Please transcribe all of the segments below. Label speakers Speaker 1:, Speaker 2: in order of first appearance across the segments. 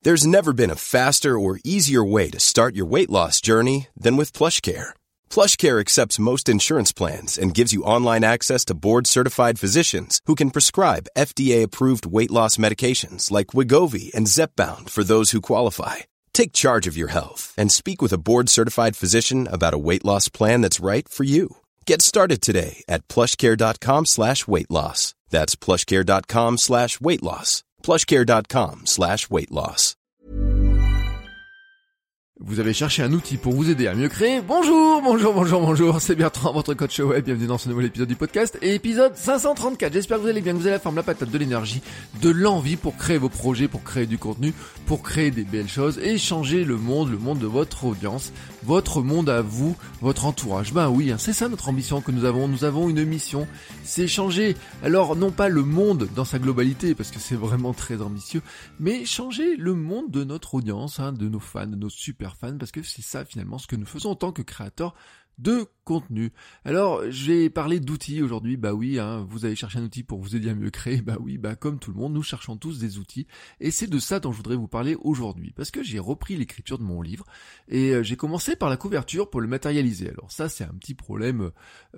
Speaker 1: There's never been a faster or easier way to start your weight loss journey than with PlushCare. PlushCare accepts most insurance plans and gives you online access to board-certified physicians who can prescribe FDA-approved weight loss medications like Wegovy and Zepbound for those who qualify. Take charge of your health and speak with a board-certified physician about a weight loss plan that's right for you. Get started today at plushcare.com/weight loss. That's plushcare.com/weight loss. plushcare.com/weight loss.
Speaker 2: Vous avez cherché un outil pour vous aider à mieux créer. Bonjour, c'est Bertrand, votre coach web. Bienvenue dans ce nouvel épisode du podcast, et épisode 534. J'espère que vous allez bien, que vous avez la forme, la patate, de l'énergie, de l'envie pour créer vos projets, pour créer du contenu, pour créer des belles choses et changer le monde de votre audience, votre monde à vous, votre entourage. Ben oui, c'est ça notre ambition que nous avons. Nous avons une mission, c'est changer, alors non pas le monde dans sa globalité, parce que c'est vraiment très ambitieux, mais changer le monde de notre audience, de nos fans, de nos super fans, parce que c'est ça finalement ce que nous faisons en tant que créateurs de contenu. Alors, j'ai parlé d'outils aujourd'hui. Bah oui, vous allez chercher un outil pour vous aider à mieux créer. Bah oui, comme tout le monde, nous cherchons tous des outils, et c'est de ça dont je voudrais vous parler aujourd'hui, parce que j'ai repris l'écriture de mon livre et j'ai commencé par la couverture pour le matérialiser. Alors ça, c'est un petit problème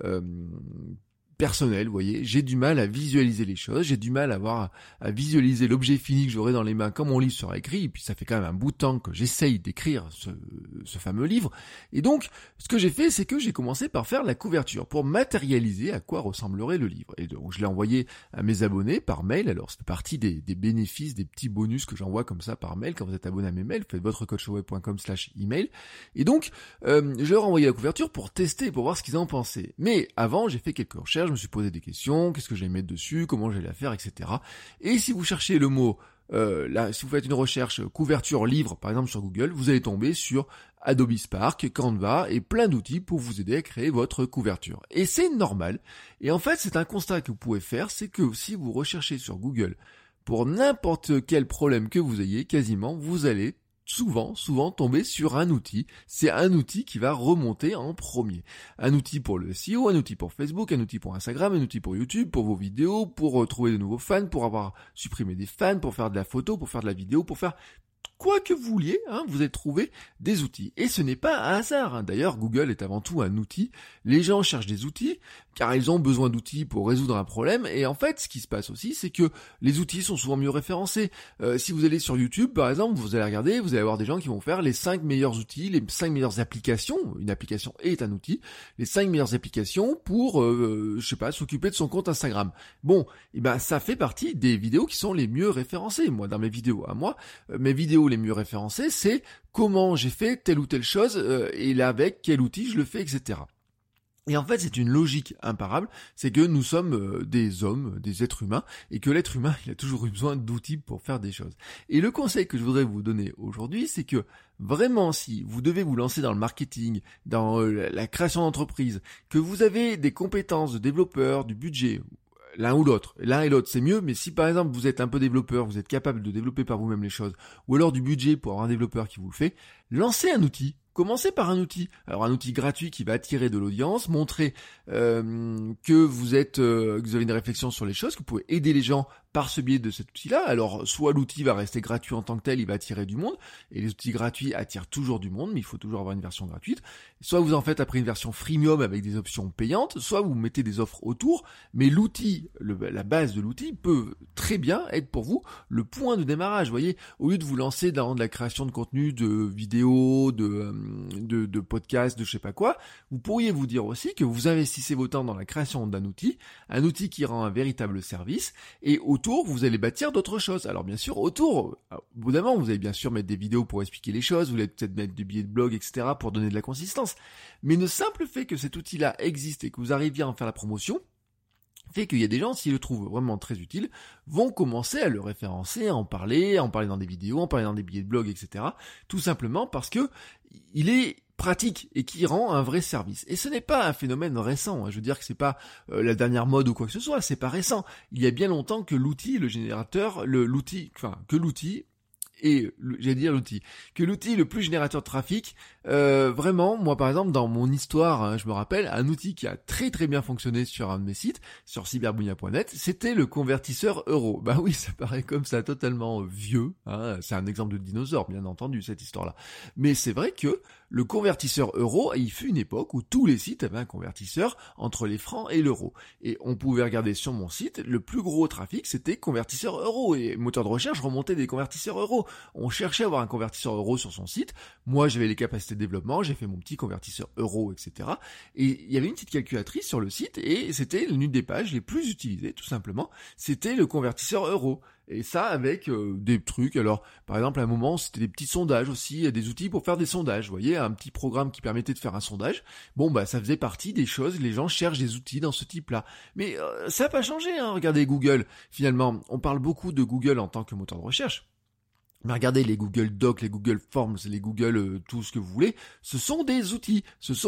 Speaker 2: personnel, vous voyez, j'ai du mal à visualiser les choses, j'ai du mal à visualiser l'objet fini que j'aurai dans les mains quand mon livre sera écrit, et puis ça fait quand même un bout de temps que j'essaye d'écrire ce fameux livre, et donc, ce que j'ai fait, c'est que j'ai commencé par faire la couverture, pour matérialiser à quoi ressemblerait le livre, et donc je l'ai envoyé à mes abonnés par mail. Alors c'est partie des bénéfices, des petits bonus que j'envoie comme ça par mail. Quand vous êtes abonné à mes mails, faites votrecoachweb.com/email, et donc, je leur ai envoyé la couverture pour tester, pour voir ce qu'ils en pensaient, mais avant, j'ai fait quelques recherches. Je me suis posé des questions, qu'est-ce que j'allais mettre dessus, comment j'allais la faire, etc. Et si vous cherchez le mot, si vous faites une recherche couverture livre, par exemple sur Google, vous allez tomber sur Adobe Spark, Canva et plein d'outils pour vous aider à créer votre couverture. Et c'est normal. Et en fait, c'est un constat que vous pouvez faire, c'est que si vous recherchez sur Google pour n'importe quel problème que vous ayez, quasiment, vous allez souvent tomber sur un outil. C'est un outil qui va remonter en premier. Un outil pour le SEO, un outil pour Facebook, un outil pour Instagram, un outil pour YouTube, pour vos vidéos, pour trouver de nouveaux fans, pour avoir supprimé des fans, pour faire de la photo, pour faire de la vidéo, pour faire quoi que vous vouliez, vous allez trouver des outils. Et ce n'est pas un hasard. D'ailleurs, Google est avant tout un outil. Les gens cherchent des outils, car ils ont besoin d'outils pour résoudre un problème. Et en fait, ce qui se passe aussi, c'est que les outils sont souvent mieux référencés. Si vous allez sur YouTube, par exemple, vous allez regarder, vous allez avoir des gens qui vont faire les 5 meilleurs outils, les 5 meilleures applications. Une application est un outil. Les 5 meilleures applications pour, s'occuper de son compte Instagram. Bon, ça fait partie des vidéos qui sont les mieux référencées. Moi, dans mes vidéos mes vidéos les mieux référencées, c'est comment j'ai fait telle ou telle chose, et là avec quel outil je le fais, etc. Et en fait, c'est une logique imparable, c'est que nous sommes des hommes, des êtres humains, et que l'être humain, il a toujours eu besoin d'outils pour faire des choses. Et le conseil que je voudrais vous donner aujourd'hui, c'est que vraiment, si vous devez vous lancer dans le marketing, dans la création d'entreprise, que vous avez des compétences de développeur, du budget, l'un ou l'autre, l'un et l'autre c'est mieux, mais si par exemple vous êtes un peu développeur, vous êtes capable de développer par vous-même les choses, ou alors du budget pour avoir un développeur qui vous le fait, lancez un outil. Commencez par un outil. Alors un outil gratuit qui va attirer de l'audience, montrer que vous avez une réflexion sur les choses, que vous pouvez aider les gens par ce biais de cet outil-là. Alors soit l'outil va rester gratuit en tant que tel, il va attirer du monde, et les outils gratuits attirent toujours du monde, mais il faut toujours avoir une version gratuite. Soit vous en faites après une version freemium avec des options payantes, soit vous mettez des offres autour, mais l'outil, la base de l'outil peut très bien être pour vous le point de démarrage. Vous voyez, au lieu de vous lancer dans de la création de contenu, de vidéos, de podcasts, de je sais pas quoi, vous pourriez vous dire aussi que vous investissez vos temps dans la création d'un outil, un outil qui rend un véritable service, et autour, vous allez bâtir d'autres choses. Alors bien sûr, autour, au bout d'un moment, vous allez bien sûr mettre des vidéos pour expliquer les choses, vous allez peut-être mettre des billets de blog, etc. pour donner de la consistance. Mais le simple fait que cet outil-là existe et que vous arriviez à en faire la promotion, fait qu'il y a des gens, s'ils le trouvent vraiment très utile, vont commencer à le référencer, à en parler dans des vidéos, en parler dans des billets de blog, etc. Tout simplement parce que il est pratique et qui rend un vrai service. Et ce n'est pas un phénomène récent. Je veux dire que c'est pas la dernière mode ou quoi que ce soit. C'est pas récent. Il y a bien longtemps que l'outil est, j'allais dire l'outil, que l'outil le plus générateur de trafic, vraiment, moi par exemple dans mon histoire, hein, je me rappelle, un outil qui a très très bien fonctionné sur un de mes sites, sur cyberbounia.net, c'était le convertisseur euro. Bah oui, ça paraît comme ça totalement vieux, hein, c'est un exemple de dinosaure bien entendu cette histoire-là. Mais c'est vrai que le convertisseur euro, il fut une époque où tous les sites avaient un convertisseur entre les francs et l'euro. Et on pouvait regarder sur mon site, le plus gros trafic c'était convertisseur euro, et moteur de recherche remontait des convertisseurs euros. On cherchait à avoir un convertisseur euro sur son site, moi j'avais les capacités de développement, j'ai fait mon petit convertisseur euro, etc. Et il y avait une petite calculatrice sur le site, et c'était l'une des pages les plus utilisées, tout simplement, c'était le convertisseur euro. Et ça avec des trucs, alors par exemple à un moment c'était des petits sondages aussi, des outils pour faire des sondages, vous voyez, un petit programme qui permettait de faire un sondage, bon bah ça faisait partie des choses, les gens cherchent des outils dans ce type-là. Mais ça n'a pas changé, hein. Regardez Google, finalement, on parle beaucoup de Google en tant que moteur de recherche. Mais regardez les Google Docs, les Google Forms, les Google tout ce que vous voulez, ce sont des outils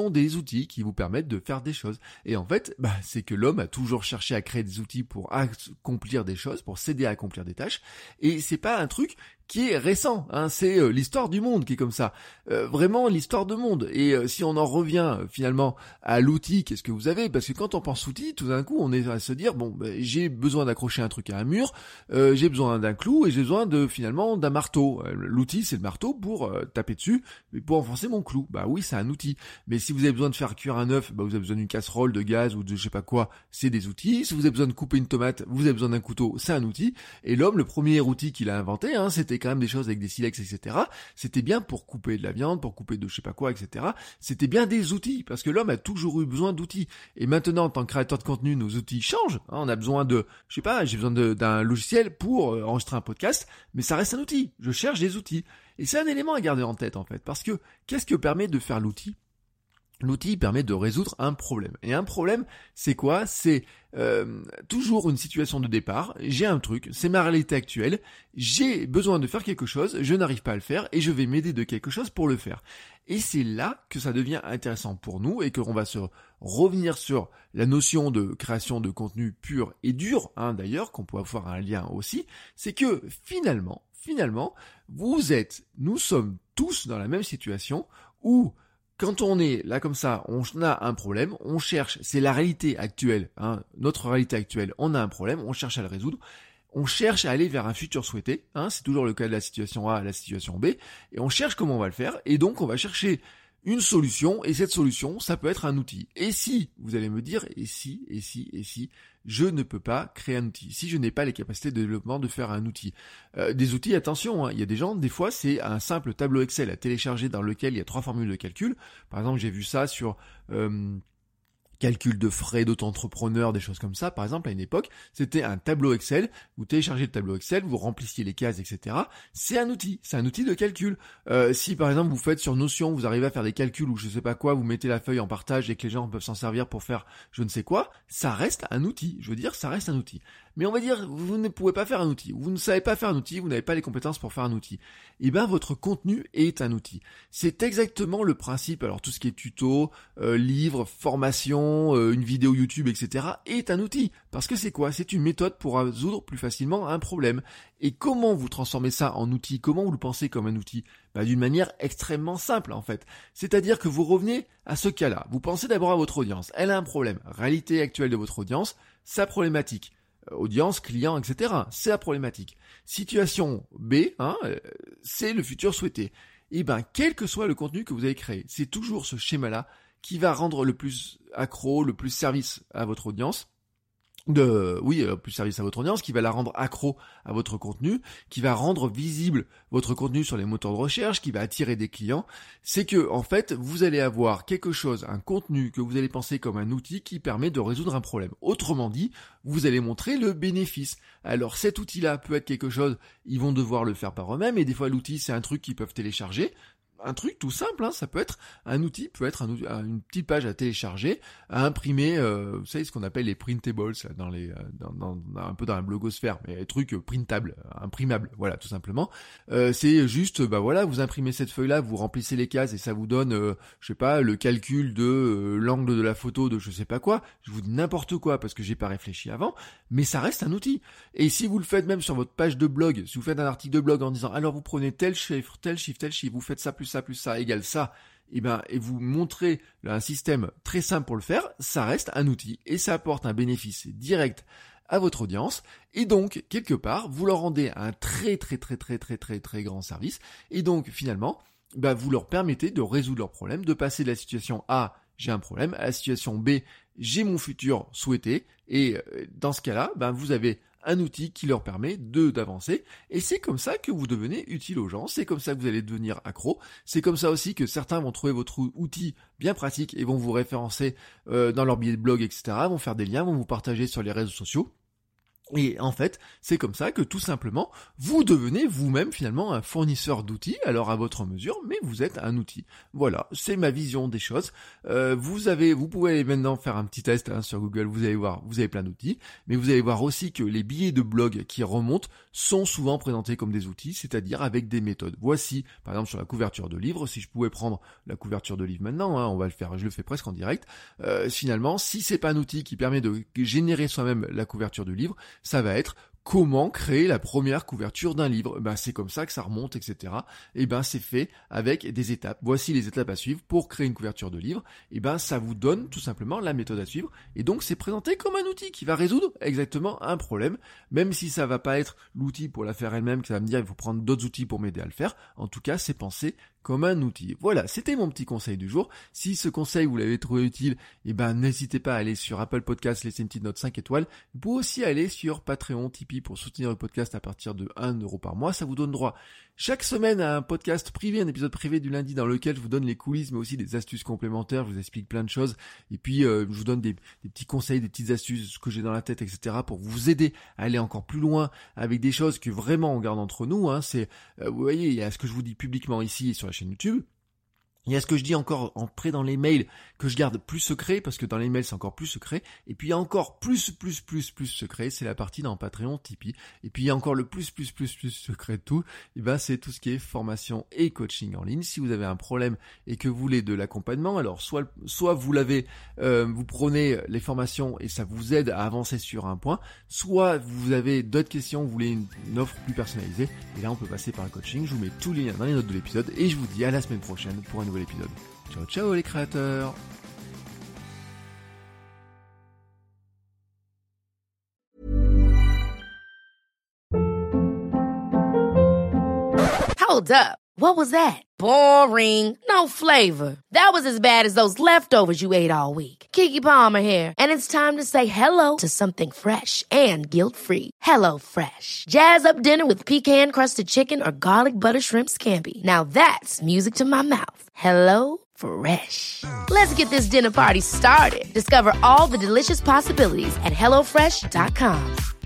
Speaker 2: qui vous permettent de faire des choses. Et en fait, c'est que l'homme a toujours cherché à créer des outils pour accomplir des choses, pour s'aider à accomplir des tâches, et c'est pas un truc qui est récent, hein, c'est l'histoire du monde qui est comme ça, vraiment l'histoire du monde. Et si on en revient finalement à l'outil, qu'est-ce que vous avez ? Parce que quand on pense outil, tout d'un coup on est à se dire j'ai besoin d'accrocher un truc à un mur, j'ai besoin d'un clou et j'ai besoin d'un marteau. L'outil c'est le marteau pour taper dessus, mais pour enfoncer mon clou. Bah oui, c'est un outil. Mais si vous avez besoin de faire cuire un œuf, vous avez besoin d'une casserole, de gaz ou de je sais pas quoi, c'est des outils. Si vous avez besoin de couper une tomate, vous avez besoin d'un couteau, c'est un outil. Et l'homme, le premier outil qu'il a inventé, hein, c'était quand même des choses avec des silex, etc. C'était bien pour couper de la viande, pour couper de je sais pas quoi, etc. C'était bien des outils, parce que l'homme a toujours eu besoin d'outils. Et maintenant, en tant que créateur de contenu, nos outils changent. Hein, on a besoin de, j'ai besoin d'un logiciel pour enregistrer un podcast, mais ça reste un outil. Je cherche des outils. Et c'est un élément à garder en tête, en fait, parce que qu'est-ce que permet de faire l'outil ? L'outil permet de résoudre un problème. Et un problème, c'est quoi ? C'est toujours une situation de départ. J'ai un truc, c'est ma réalité actuelle. J'ai besoin de faire quelque chose, je n'arrive pas à le faire et je vais m'aider de quelque chose pour le faire. Et c'est là que ça devient intéressant pour nous et qu'on va se revenir sur la notion de création de contenu pur et dur, hein, d'ailleurs, qu'on peut avoir un lien aussi. C'est que finalement, nous sommes tous dans la même situation où quand on est là comme ça, on a un problème, on cherche, c'est la réalité actuelle, hein, notre réalité actuelle, on a un problème, on cherche à le résoudre, on cherche à aller vers un futur souhaité, hein, c'est toujours le cas de la situation A à la situation B, et on cherche comment on va le faire, et donc on va chercher une solution, et cette solution, ça peut être un outil. Et si, vous allez me dire, et si, je ne peux pas créer un outil, si je n'ai pas les capacités de développement de faire un outil. Des outils, attention, hein, il y a des gens, des fois, c'est un simple tableau Excel à télécharger dans lequel il y a 3 formules de calcul. Par exemple, j'ai vu ça sur calcul de frais d'auto-entrepreneur, des choses comme ça. Par exemple, à une époque, c'était un tableau Excel. Vous téléchargez le tableau Excel, vous remplissiez les cases, etc. C'est un outil de calcul. Si par exemple vous faites sur Notion, vous arrivez à faire des calculs ou je sais pas quoi, vous mettez la feuille en partage et que les gens peuvent s'en servir pour faire je ne sais quoi, ça reste un outil. Je veux dire, ça reste un outil. Mais on va dire, vous ne pouvez pas faire un outil. Vous ne savez pas faire un outil, vous n'avez pas les compétences pour faire un outil. Et ben votre contenu est un outil. C'est exactement le principe. Alors tout ce qui est tuto, livre, formation, une vidéo YouTube, etc. est un outil. Parce que c'est quoi ? C'est une méthode pour résoudre plus facilement un problème. Et comment vous transformez ça en outil ? Comment vous le pensez comme un outil ? D'une manière extrêmement simple en fait. C'est-à-dire que vous revenez à ce cas-là. Vous pensez d'abord à votre audience. Elle a un problème. Réalité actuelle de votre audience, sa problématique. Audience, client, etc. C'est la problématique. Situation B, hein, c'est le futur souhaité. Et quel que soit le contenu que vous avez créé, c'est toujours ce schéma-là qui va rendre le plus accro, le plus service à votre audience. Plus service à votre audience, qui va la rendre accro à votre contenu, qui va rendre visible votre contenu sur les moteurs de recherche, qui va attirer des clients. C'est que, en fait, vous allez avoir quelque chose, un contenu que vous allez penser comme un outil qui permet de résoudre un problème. Autrement dit, vous allez montrer le bénéfice. Alors, cet outil-là peut être quelque chose, ils vont devoir le faire par eux-mêmes, et des fois, l'outil, c'est un truc qu'ils peuvent télécharger. un truc tout simple, hein, ça peut être un outil, une petite page à télécharger, à imprimer, vous savez ce qu'on appelle les printables là, dans un peu dans la blogosphère, mais les trucs printables, imprimables, voilà, tout simplement. C'est juste, vous imprimez cette feuille-là, vous remplissez les cases et ça vous donne, le calcul de l'angle de la photo de je sais pas quoi. Je vous dis n'importe quoi parce que j'ai pas réfléchi avant, mais ça reste un outil. Et si vous le faites même sur votre page de blog, si vous faites un article de blog en disant alors vous prenez tel chiffre, vous faites ça plus ça égale ça, et vous montrez un système très simple pour le faire, ça reste un outil et ça apporte un bénéfice direct à votre audience, et donc quelque part vous leur rendez un très grand service, et donc finalement vous leur permettez de résoudre leurs problèmes, de passer de la situation A, j'ai un problème, à la situation B, j'ai mon futur souhaité, et dans ce cas-là, vous avez un outil qui leur permet d'avancer, et c'est comme ça que vous devenez utile aux gens, c'est comme ça que vous allez devenir accro, c'est comme ça aussi que certains vont trouver votre outil bien pratique et vont vous référencer dans leur billet de blog, etc., vont faire des liens, vont vous partager sur les réseaux sociaux. Et en fait, c'est comme ça que tout simplement, vous devenez vous-même finalement un fournisseur d'outils, alors à votre mesure, mais vous êtes un outil. Voilà, c'est ma vision des choses. Vous pouvez maintenant faire un petit test sur Google, vous allez voir, vous avez plein d'outils, mais vous allez voir aussi que les billets de blog qui remontent sont souvent présentés comme des outils, c'est-à-dire avec des méthodes. Voici, par exemple sur la couverture de livre, si je pouvais prendre la couverture de livre maintenant, on va le faire, je le fais presque en direct, finalement, si c'est pas un outil qui permet de générer soi-même la couverture du livre, ça va être comment créer la première couverture d'un livre. C'est comme ça que ça remonte, etc. C'est fait avec des étapes. Voici les étapes à suivre pour créer une couverture de livre. Ça vous donne tout simplement la méthode à suivre. Et donc, c'est présenté comme un outil qui va résoudre exactement un problème. Même si ça va pas être l'outil pour la faire elle-même, qui va me dire il faut prendre d'autres outils pour m'aider à le faire. En tout cas, c'est pensé comme un outil. Voilà, c'était mon petit conseil du jour. Si ce conseil vous l'avez trouvé utile, n'hésitez pas à aller sur Apple Podcast, laisser une petite note 5 étoiles. Vous pouvez aussi aller sur Patreon, Tipeee pour soutenir le podcast à partir de 1€ par mois. Ça vous donne droit chaque semaine à un podcast privé, un épisode privé du lundi dans lequel je vous donne les coulisses, mais aussi des astuces complémentaires. Je vous explique plein de choses. Et puis, je vous donne des petits conseils, des petites astuces, ce que j'ai dans la tête, etc. pour vous aider à aller encore plus loin avec des choses que vraiment on garde entre nous. Vous voyez, il y a ce que je vous dis publiquement ici et sur la chaîne YouTube. Il y a ce que je dis encore dans les mails que je garde plus secret, parce que dans les mails c'est encore plus secret. Et puis il y a encore plus secret, c'est la partie dans Patreon, Tipeee. Et puis il y a encore le plus secret de tout. C'est tout ce qui est formation et coaching en ligne. Si vous avez un problème et que vous voulez de l'accompagnement, alors soit vous vous prenez les formations et ça vous aide à avancer sur un point, soit vous avez d'autres questions, vous voulez une offre plus personnalisée. Et là on peut passer par le coaching. Je vous mets tous les liens dans les notes de l'épisode et je vous dis à la semaine prochaine pour un nouvel épisode. Ciao les créateurs.
Speaker 3: Hold up. What was that? Boring. No flavor. That was as bad as those leftovers you ate all week. Keke Palmer here, and it's time to say hello to something fresh and guilt-free. HelloFresh. Jazz up dinner with pecan-crusted chicken or garlic butter shrimp scampi. Now that's music to my mouth. HelloFresh. Let's get this dinner party started. Discover all the delicious possibilities at HelloFresh.com.